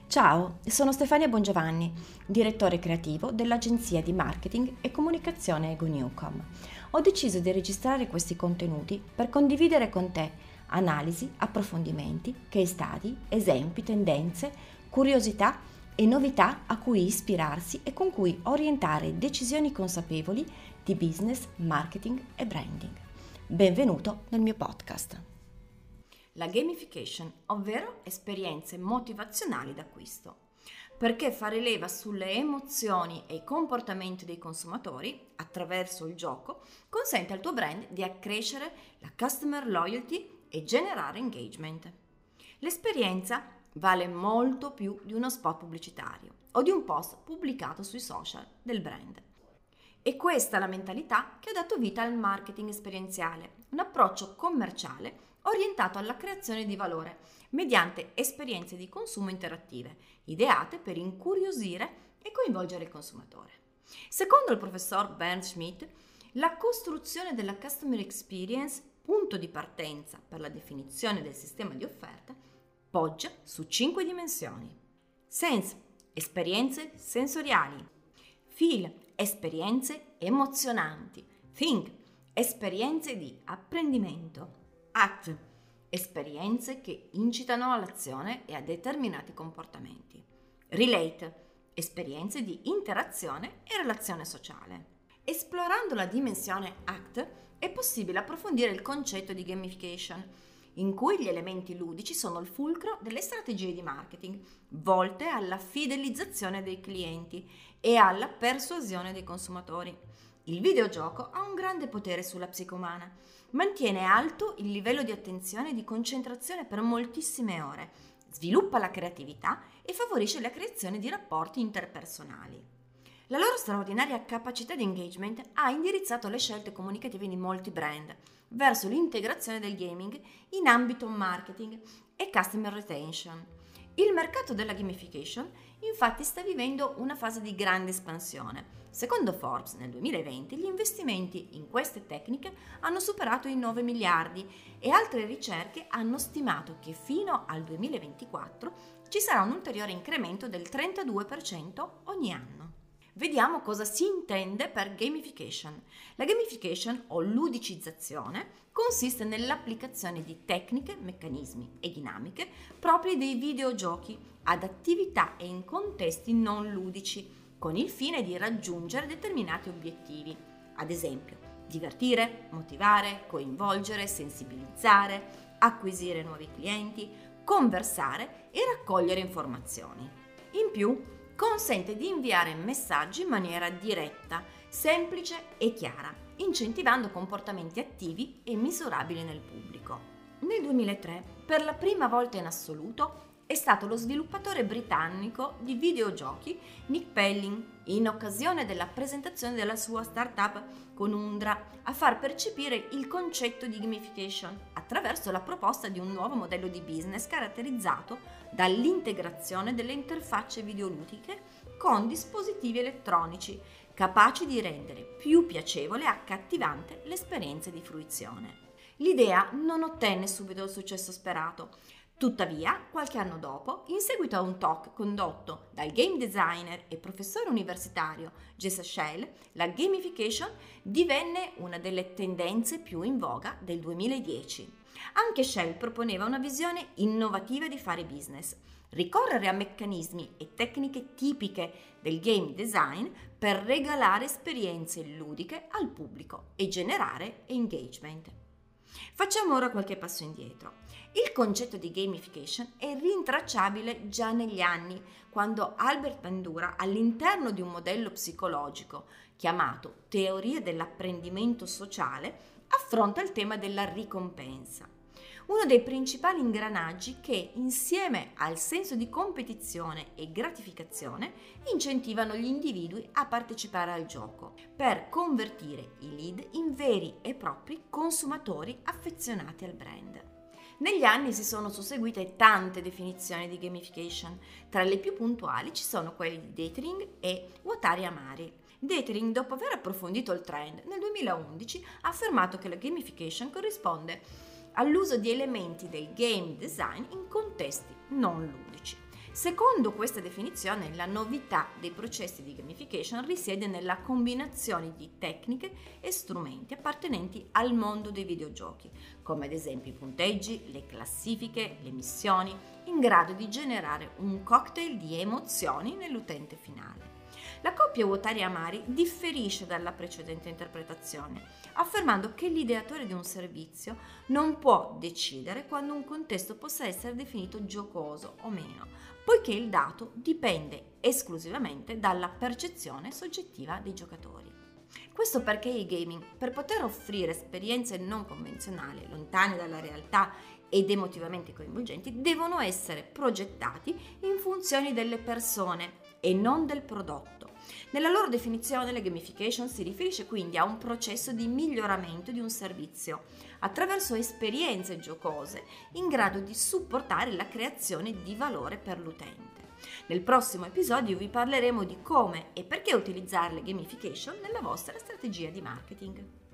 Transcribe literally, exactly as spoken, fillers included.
Ciao, sono Stefania Bongiovanni, direttore creativo dell'agenzia di marketing e comunicazione Ego Newcom. Ho deciso di registrare questi contenuti per condividere con te analisi, approfondimenti, case study, esempi, tendenze, curiosità e novità a cui ispirarsi e con cui orientare decisioni consapevoli di business, marketing e branding. Benvenuto nel mio podcast. La gamification, ovvero esperienze motivazionali d'acquisto. Perché fare leva sulle emozioni e i comportamenti dei consumatori attraverso il gioco consente al tuo brand di accrescere la customer loyalty e generare engagement. L'esperienza vale molto più di uno spot pubblicitario o di un post pubblicato sui social del brand. E questa è la mentalità che ha dato vita al marketing esperienziale, un approccio commerciale orientato alla creazione di valore mediante esperienze di consumo interattive, ideate per incuriosire e coinvolgere il consumatore. Secondo il professor Bernd Schmidt, la costruzione della customer experience, punto di partenza per la definizione del sistema di offerta, poggia su cinque dimensioni. Sense, esperienze sensoriali. Feel, esperienze emozionanti. Think, esperienze di apprendimento. Act, esperienze che incitano all'azione e a determinati comportamenti. Relate, esperienze di interazione e relazione sociale. Esplorando la dimensione Act è possibile approfondire il concetto di gamification, in cui gli elementi ludici sono il fulcro delle strategie di marketing, volte alla fidelizzazione dei clienti e alla persuasione dei consumatori. Il videogioco ha un grande potere sulla psiche umana. Mantiene alto il livello di attenzione e di concentrazione per moltissime ore, sviluppa la creatività e favorisce la creazione di rapporti interpersonali. La loro straordinaria capacità di engagement ha indirizzato le scelte comunicative di molti brand verso l'integrazione del gaming in ambito marketing e customer retention. Il mercato della gamification infatti sta vivendo una fase di grande espansione. Secondo Forbes, nel duemilaventi gli investimenti in queste tecniche hanno superato i nove miliardi e altre ricerche hanno stimato che fino al duemilaventiquattro ci sarà un ulteriore incremento del trentadue per cento ogni anno. Vediamo cosa si intende per gamification. La gamification o ludicizzazione consiste nell'applicazione di tecniche, meccanismi e dinamiche propri dei videogiochi ad attività e in contesti non ludici, con il fine di raggiungere determinati obiettivi, ad esempio divertire, motivare, coinvolgere, sensibilizzare, acquisire nuovi clienti, conversare e raccogliere informazioni. In più, consente di inviare messaggi in maniera diretta, semplice e chiara, incentivando comportamenti attivi e misurabili nel pubblico. Nel duemilatré, per la prima volta in assoluto, è stato lo sviluppatore britannico di videogiochi Nick Pelling, in occasione della presentazione della sua startup Conundra, a far percepire il concetto di gamification attraverso la proposta di un nuovo modello di business caratterizzato dall'integrazione delle interfacce videoludiche con dispositivi elettronici, capaci di rendere più piacevole e accattivante l'esperienza di fruizione. L'idea non ottenne subito il successo sperato. Tuttavia, qualche anno dopo, in seguito a un talk condotto dal game designer e professore universitario Jesse Schell, la gamification divenne una delle tendenze più in voga del duemiladieci. Anche Schell proponeva una visione innovativa di fare business, ricorrere a meccanismi e tecniche tipiche del game design per regalare esperienze ludiche al pubblico e generare engagement. Facciamo ora qualche passo indietro. Il concetto di gamification è rintracciabile già negli anni, quando Albert Bandura, all'interno di un modello psicologico chiamato teoria dell'apprendimento sociale, affronta il tema della ricompensa. Uno dei principali ingranaggi che, insieme al senso di competizione e gratificazione, incentivano gli individui a partecipare al gioco, per convertire i lead in veri e propri consumatori affezionati al brand. Negli anni si sono susseguite tante definizioni di gamification, tra le più puntuali ci sono quelle di Detering e Guattari Amari. Detering, dopo aver approfondito il trend, nel duemilaundici ha affermato che la gamification corrisponde all'uso di elementi del game design in contesti non ludici. Secondo questa definizione, la novità dei processi di gamification risiede nella combinazione di tecniche e strumenti appartenenti al mondo dei videogiochi, come ad esempio i punteggi, le classifiche, le missioni, in grado di generare un cocktail di emozioni nell'utente finale. La coppia Uotari e Amari differisce dalla precedente interpretazione, affermando che l'ideatore di un servizio non può decidere quando un contesto possa essere definito giocoso o meno, poiché il dato dipende esclusivamente dalla percezione soggettiva dei giocatori. Questo perché i gaming, per poter offrire esperienze non convenzionali, lontane dalla realtà ed emotivamente coinvolgenti, devono essere progettati in funzione delle persone e non del prodotto. Nella loro definizione, la gamification si riferisce quindi a un processo di miglioramento di un servizio attraverso esperienze giocose in grado di supportare la creazione di valore per l'utente. Nel prossimo episodio vi parleremo di come e perché utilizzare le gamification nella vostra strategia di marketing.